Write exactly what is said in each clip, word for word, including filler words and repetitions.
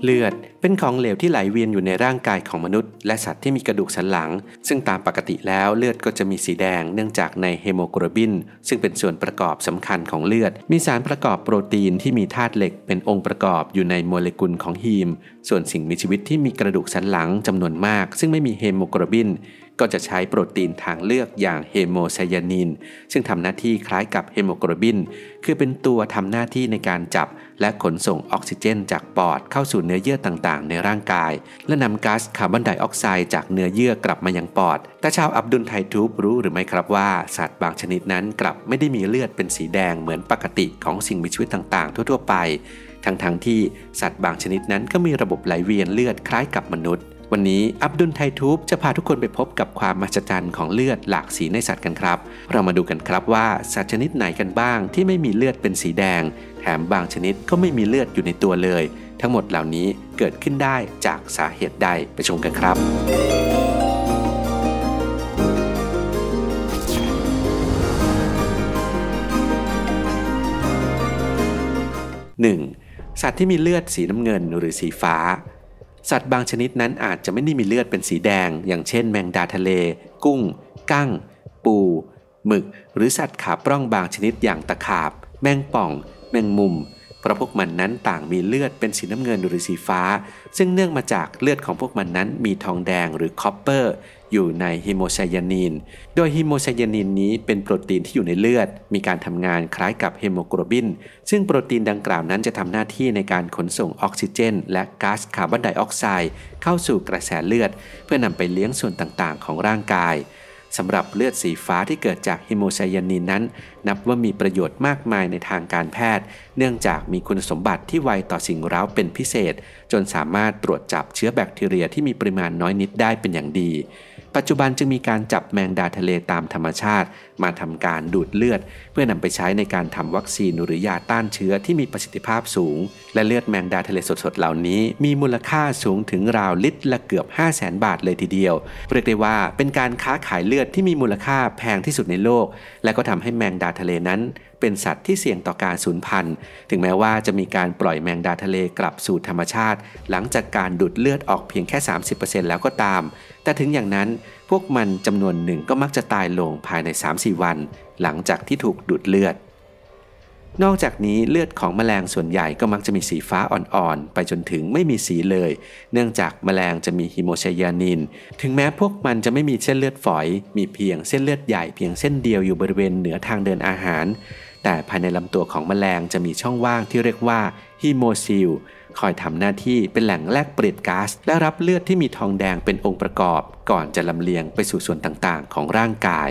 เลือดเป็นของเหลวที่ไหลเวียนอยู่ในร่างกายของมนุษย์และสัตว์ที่มีกระดูกสันหลังซึ่งตามปกติแล้วเลือดก็จะมีสีแดงเนื่องจากในเฮโมโกลบินซึ่งเป็นส่วนประกอบสำคัญของเลือดมีสารประกอบโปรตีนที่มีธาตุเหล็กเป็นองค์ประกอบอยู่ในโมเลกุลของฮีมส่วนสิ่งมีชีวิตที่มีกระดูกสันหลังจำนวนมากซึ่งไม่มีเฮโมโกลบินก็จะใช้โปรตีนทางเลือกอย่างเฮโมไซยานินซึ่งทำหน้าที่คล้ายกับเฮโมโกลบินคือเป็นตัวทำหน้าที่ในการจับและขนส่งออกซิเจนจากปอดเข้าสู่เนื้อเยื่อต่างๆในร่างกายและนำก๊าซคาร์บอนไดออกไซด์จากเนื้อเยื่อกลับมายังปอดแต่ชาวอับดุลไททูบรู้หรือไม่ครับว่าสัตว์บางชนิดนั้นกลับไม่ได้มีเลือดเป็นสีแดงเหมือนปกติของสิ่งมีชีวิตต่างๆทั่วๆไปทั้งๆที่สัตว์บางชนิดนั้นก็มีระบบไหลเวียนเลือดคล้ายกับมนุษย์วันนี้อับดุลไททูบจะพาทุกคนไปพบกับความมหัศจรรย์ของเลือดหลากสีในสัตว์กันครับเรามาดูกันครับว่าสัตว์ชนิดไหนกันบ้างที่ไม่มีเลือดเป็นสีแดงแถมบางชนิดก็ไม่มีเลือดอยู่ในตัวเลยทั้งหมดเหล่านี้เกิดขึ้นได้จากสาเหตุใดไปชมกันครับ หนึ่ง. สัตว์ที่มีเลือดสีน้ำเงินหรือสีฟ้าสัตว์บางชนิดนั้นอาจจะไม่ได้มีเลือดเป็นสีแดงอย่างเช่นแมงดาทะเลกุ้งกั้งปูหมึกหรือสัตว์ขาปล้องบางชนิดอย่างตะขาบแมงป่องแมงมุมเพราะพวกมันนั้นต่างมีเลือดเป็นสีน้ำเงินหรือสีฟ้าซึ่งเนื่องมาจากเลือดของพวกมันนั้นมีทองแดงหรือคอปเปอร์อยู่ในฮีโมไซยานินโดยฮีโมไซยานินนี้เป็นโปรตีนที่อยู่ในเลือดมีการทำงานคล้ายกับเฮโมโกลบินซึ่งโปรตีนดังกล่าวนั้นจะทำหน้าที่ในการขนส่งออกซิเจนและก๊าซคาร์บอนไดออกไซด์เข้าสู่กระแสเลือดเพื่อนำไปเลี้ยงส่วนต่างๆของร่างกายสำหรับเลือดสีฟ้าที่เกิดจากฮีโมไซยานินนั้นนับว่ามีประโยชน์มากมายในทางการแพทย์เนื่องจากมีคุณสมบัติที่ไวต่อสิ่งเร้าเป็นพิเศษจนสามารถตรวจจับเชื้อแบคทีเรียที่มีปริมาณน้อยนิดได้เป็นอย่างดีปัจจุบันจึงมีการจับแมงดาทะเลตามธรรมชาติมาทำการดูดเลือดเพื่อนำไปใช้ในการทำวัคซีนหรือยาต้านเชื้อที่มีประสิทธิภาพสูงและเลือดแมงดาทะเลสดๆเหล่านี้มีมูลค่าสูงถึงราวลิตรละเกือบ ห้าแสน บาทเลยทีเดียวเรียกได้ว่าเป็นการค้าขายเลือดที่มีมูลค่าแพงที่สุดในโลกและก็ทำให้แมงดาทะเลนั้นเป็นสัตว์ที่เสี่ยงต่อการสูญพันธุ์ถึงแม้ว่าจะมีการปล่อยแมงดาทะเลกลับสู่ธรรมชาติหลังจากการดูดเลือดออกเพียงแค่ สามสิบเปอร์เซ็นต์ แล้วก็ตามแต่ถึงอย่างนั้นพวกมันจำนวนหนึ่งก็มักจะตายลงภายใน สามถึงสี่ วันหลังจากที่ถูกดูดเลือดนอกจากนี้เลือดของแมลงส่วนใหญ่ก็มักจะมีสีฟ้าอ่อนๆไปจนถึงไม่มีสีเลยเนื่องจากแมลงจะมีฮีโมไซยานินถึงแม้พวกมันจะไม่มีเส้นเลือดฝอยมีเพียงเส้นเลือดใหญ่เพียงเส้นเดียวอยู่บริเวณเหนือทางเดินอาหารแต่ภายในลำตัวของแมลงจะมีช่องว่างที่เรียกว่าฮีโมซิลคอยทำหน้าที่เป็นแหล่งแลกเปลี่ยนก๊าซและรับเลือดที่มีทองแดงเป็นองค์ประกอบก่อนจะลำเลียงไปสู่ส่วนต่างๆของร่างกาย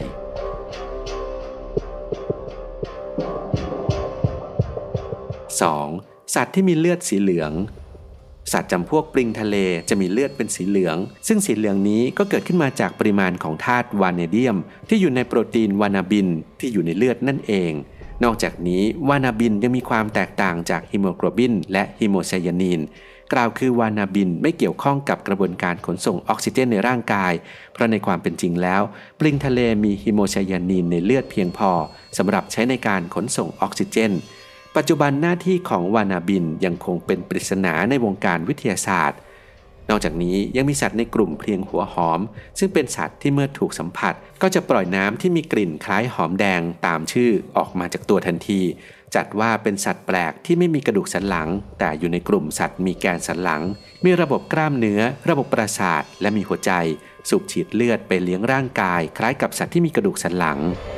สอง. สัตว์ที่มีเลือดสีเหลืองสัตว์จำพวกปลิงทะเลจะมีเลือดเป็นสีเหลืองซึ่งสีเหลืองนี้ก็เกิดขึ้นมาจากปริมาณของธาตุวาเนเดียมที่อยู่ในโปรตีนวานาบินที่อยู่ในเลือดนั่นเองนอกจากนี้วานาบินยังมีความแตกต่างจากฮีโมโกลบินและฮีโมไซยานินกล่าวคือวานาบินไม่เกี่ยวข้องกับกระบวนการขนส่งออกซิเจนในร่างกายเพราะในความเป็นจริงแล้วปลิงทะเลมีฮีโมไซยานินในเลือดเพียงพอสำหรับใช้ในการขนส่งออกซิเจนปัจจุบันหน้าที่ของวานาบินยังคงเป็นปริศนาในวงการวิทยาศาสตร์นอกจากนี้ยังมีสัตว์ในกลุ่มเพลียงหัวหอมซึ่งเป็นสัตว์ที่เมื่อถูกสัมผัสก็จะปล่อยน้ำที่มีกลิ่นคล้ายหอมแดงตามชื่อออกมาจากตัวทันทีจัดว่าเป็นสัตว์แปลกที่ไม่มีกระดูกสันหลังแต่อยู่ในกลุ่มสัตว์มีแกนสันหลังมีระบบกล้ามเนื้อระบบประสาทและมีหัวใจสูบฉีดเลือดไปเลี้ยงร่างกายคล้ายกับสัตว์ที่มีกระดูกสันหลัง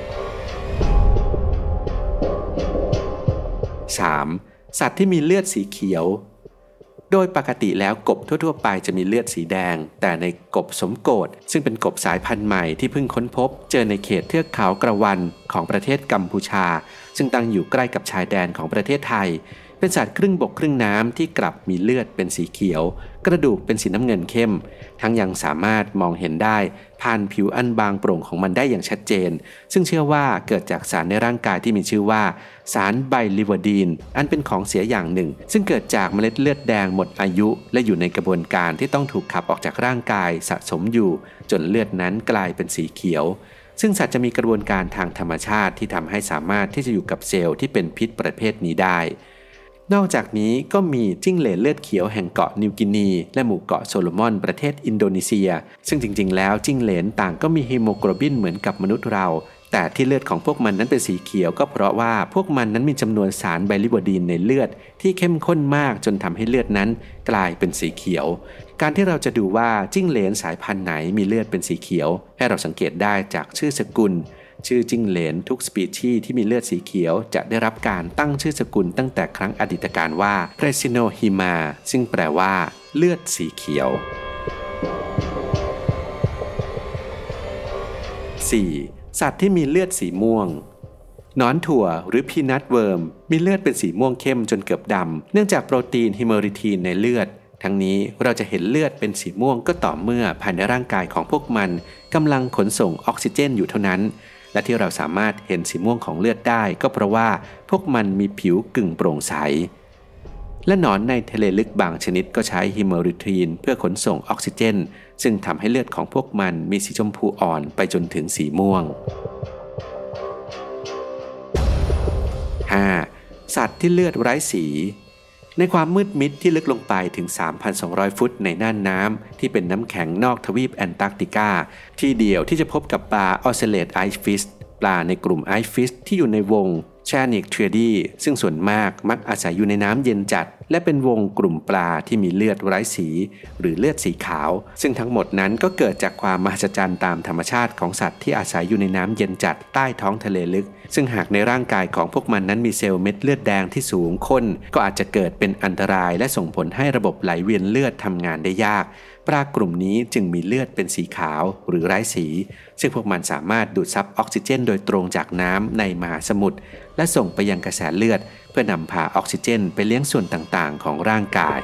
สาม. สัตว์ที่มีเลือดสีเขียวโดยปกติแล้วกบทั่วๆไปจะมีเลือดสีแดงแต่ในกบสมโกธซึ่งเป็นกบสายพันธุ์ใหม่ที่เพิ่งค้นพบเจอในเขตเทือกเขากระวันของประเทศกัมพูชาซึ่งตั้งอยู่ใกล้กับชายแดนของประเทศไทยเป็นสัตว์ครึ่งบกครึ่งน้ำที่กลับมีเลือดเป็นสีเขียวกระดูกเป็นสีน้ำเงินเข้มทั้งยังสามารถมองเห็นได้ผ่านผิวอันบางโปร่งของมันได้อย่างชัดเจนซึ่งเชื่อว่าเกิดจากสารในร่างกายที่มีชื่อว่าสารไบลิวดีนอันเป็นของเสียอย่างหนึ่งซึ่งเกิดจากเมล็ดเลือดแดงหมดอายุและอยู่ในกระบวนการที่ต้องถูกขับออกจากร่างกายสะสมอยู่จนเลือดนั้นกลายเป็นสีเขียวซึ่งสัตว์จะมีกระบวนการทางธรรมชาติที่ทำให้สามารถที่จะอยู่กับเซลล์ที่เป็นพิษประเภทนี้ได้นอกจากนี้ก็มีจิ้งเหลนเลือดเขียวแห่งเกาะนิวกินีและหมู่เกาะโซโลมอนประเทศอินโดนีเซียซึ่งจริงๆแล้วจิ้งเหลนต่างก็มีฮีโมโกลบินเหมือนกับมนุษย์เราแต่ที่เลือดของพวกมันนั้นเป็นสีเขียวก็เพราะว่าพวกมันนั้นมีจำนวนสารไบลิโบดีนในเลือดที่เข้มข้นมากจนทำให้เลือดนั้นกลายเป็นสีเขียวการที่เราจะดูว่าจิ้งเหลนสายพันธุ์ไหนมีเลือดเป็นสีเขียวให้เราสังเกตได้จากชื่อสกุลชื่อจิ้งเหลนทุกสปีชีส์ที่มีเลือดสีเขียวจะได้รับการตั้งชื่อสกุลตั้งแต่ครั้งอดีตการว่า Crescinohima ซึ่งแปลว่าเลือดสีเขียว สี่. สัตว์ที่มีเลือดสีม่วงหนอนถั่วหรือพีนัทเวิร์มมีเลือดเป็นสีม่วงเข้มจนเกือบดำเนื่องจากโปรตีนฮิเมอริทีนในเลือดทั้งนี้เราจะเห็นเลือดเป็นสีม่วงก็ต่อเมื่อภายในร่างกายของพวกมันกำลังขนส่งออกซิเจนอยู่เท่านั้นและที่เราสามารถเห็นสีม่วงของเลือดได้ก็เพราะว่าพวกมันมีผิวกึ่งโปร่งใสและหนอนในทะเลลึกบางชนิดก็ใช้ฮิเมอริทีนเพื่อขนส่งออกซิเจนซึ่งทำให้เลือดของพวกมันมีสีชมพูอ่อนไปจนถึงสีม่วง ห้า. สัตว์ที่เลือดไร้สีในความมืดมิดที่ลึกลงไปถึง สามพันสองร้อย ฟุตในน่านน้ำที่เป็นน้ำแข็งนอกทวีปแอนตาร์กติกาที่เดียวที่จะพบกับปลาออสเซเลตไอซ์ฟิชปลาในกลุ่มไอซ์ฟิชที่อยู่ในวงชานิกเทรดีซึ่งส่วนมากมักอาศัยอยู่ในน้ำเย็นจัดและเป็นวงกลุ่มปลาที่มีเลือดไร้สีหรือเลือดสีขาวซึ่งทั้งหมดนั้นก็เกิดจากความมหัศจรรย์ตามธรรมชาติของสัตว์ที่อาศัยอยู่ในน้ำเย็นจัดใต้ท้องทะเลลึกซึ่งหากในร่างกายของพวกมันนั้นมีเซลล์เม็ดเลือดแดงที่สูงข้นก็อาจจะเกิดเป็นอันตรายและส่งผลให้ระบบไหลเวียนเลือดทำงานได้ยากปลากลุ่มนี้จึงมีเลือดเป็นสีขาวหรือไร้สีซึ่งพวกมันสามารถดูดซับออกซิเจนโดยตรงจากน้ำในมหาสมุทรและส่งไปยังกระแสเลือดเพื่อนำพาออกซิเจนไปเลี้ยงส่วนต่างๆของร่างกาย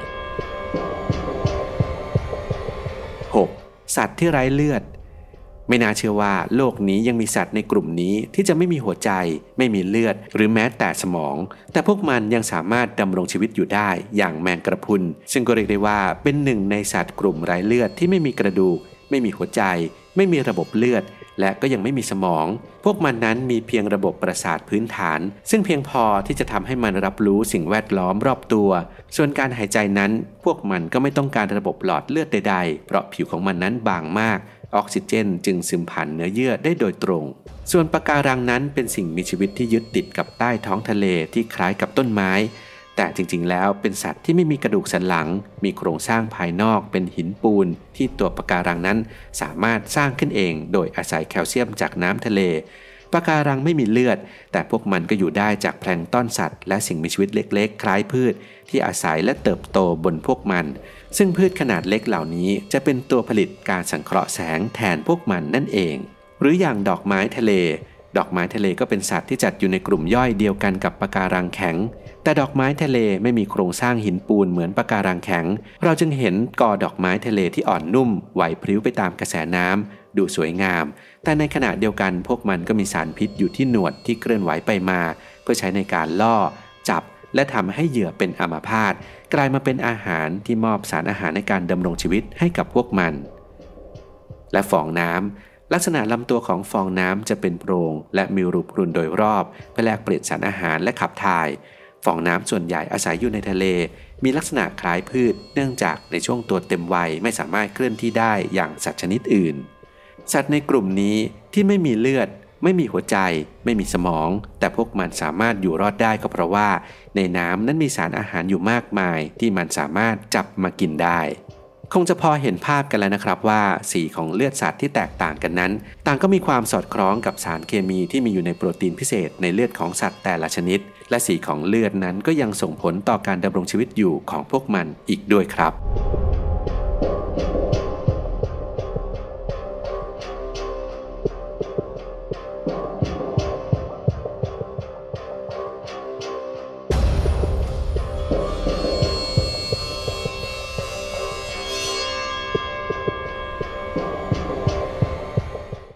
หก. สัตว์ที่ไร้เลือดไม่น่าเชื่อว่าโลกนี้ยังมีสัตว์ในกลุ่มนี้ที่จะไม่มีหัวใจไม่มีเลือดหรือแม้แต่สมองแต่พวกมันยังสามารถดำรงชีวิตอยู่ได้อย่างแมงกระพรุนซึ่งก็เรียกได้ว่าเป็นหนึ่งในสัตว์กลุ่มไร้เลือดที่ไม่มีกระดูกไม่มีหัวใจไม่มีระบบเลือดและก็ยังไม่มีสมองพวกมันนั้นมีเพียงระบบประสาทพื้นฐานซึ่งเพียงพอที่จะทำให้มันรับรู้สิ่งแวดล้อมรอบตัวส่วนการหายใจนั้นพวกมันก็ไม่ต้องการระบบหลอดเลือดใดๆเพราะผิวของมันนั้นบางมากออกซิเจนจึงซึมผ่านเนื้อเยื่อได้โดยตรงส่วนปะการังนั้นเป็นสิ่งมีชีวิตที่ยึดติดกับใต้ท้องทะเลที่คล้ายกับต้นไม้แต่จริงๆแล้วเป็นสัตว์ที่ไม่มีกระดูกสันหลังมีโครงสร้างภายนอกเป็นหินปูนที่ตัวปะการังนั้นสามารถสร้างขึ้นเองโดยอาศัยแคลเซียมจากน้ำทะเลปะการังไม่มีเลือดแต่พวกมันก็อยู่ได้จากแพลงก์ต้นสัตว์และสิ่งมีชีวิตเล็กๆคล้ายพืชที่อาศัยและเติบโตบนพวกมันซึ่งพืชขนาดเล็กเหล่านี้จะเป็นตัวผลิตการสังเคราะห์แสงแทนพวกมันนั่นเองหรืออย่างดอกไม้ทะเลดอกไม้ทะเลก็เป็นสัตว์ที่จัดอยู่ในกลุ่มย่อยเดียวกันกับปะการังแข็งแต่ดอกไม้ทะเลไม่มีโครงสร้างหินปูนเหมือนปะการังแข็งเราจึงเห็นกอดอกไม้ทะเลที่อ่อนนุ่มไหวพริ้วไปตามกระแสน้ำดูสวยงามแต่ในขณะเดียวกันพวกมันก็มีสารพิษอยู่ที่หนวดที่เคลื่อนไหวไปมาเพื่อใช้ในการล่อจับและทำให้เหยื่อเป็นอัมพาตกลายมาเป็นอาหารที่มอบสารอาหารในการดำรงชีวิตให้กับพวกมันและฟองน้ำลักษณะลำตัวของฟองน้ำจะเป็นโพรงและมีรูพรุนโดยรอบเพื่อแลกเปลี่ยนสารอาหารและขับถ่ายฟองน้ำส่วนใหญ่อาศัยอยู่ในทะเลมีลักษณะคล้ายพืชเนื่องจากในช่วงตัวเต็มวัยไม่สามารถเคลื่อนที่ได้อย่างสัตว์ชนิดอื่นสัตว์ในกลุ่มนี้ที่ไม่มีเลือดไม่มีหัวใจไม่มีสมองแต่พวกมันสามารถอยู่รอดได้ก็เพราะว่าในน้ำนั้นมีสารอาหารอยู่มากมายที่มันสามารถจับมากินได้คงจะพอเห็นภาพกันแล้วนะครับว่าสีของเลือดสัตว์ที่แตกต่างกันนั้นต่างก็มีความสอดคล้องกับสารเคมีที่มีอยู่ในโปรตีนพิเศษในเลือดของสัตว์แต่ละชนิดและสีของเลือดนั้นก็ยังส่งผลต่อการดำรงชีวิตอยู่ของพวกมันอีกด้วยครับ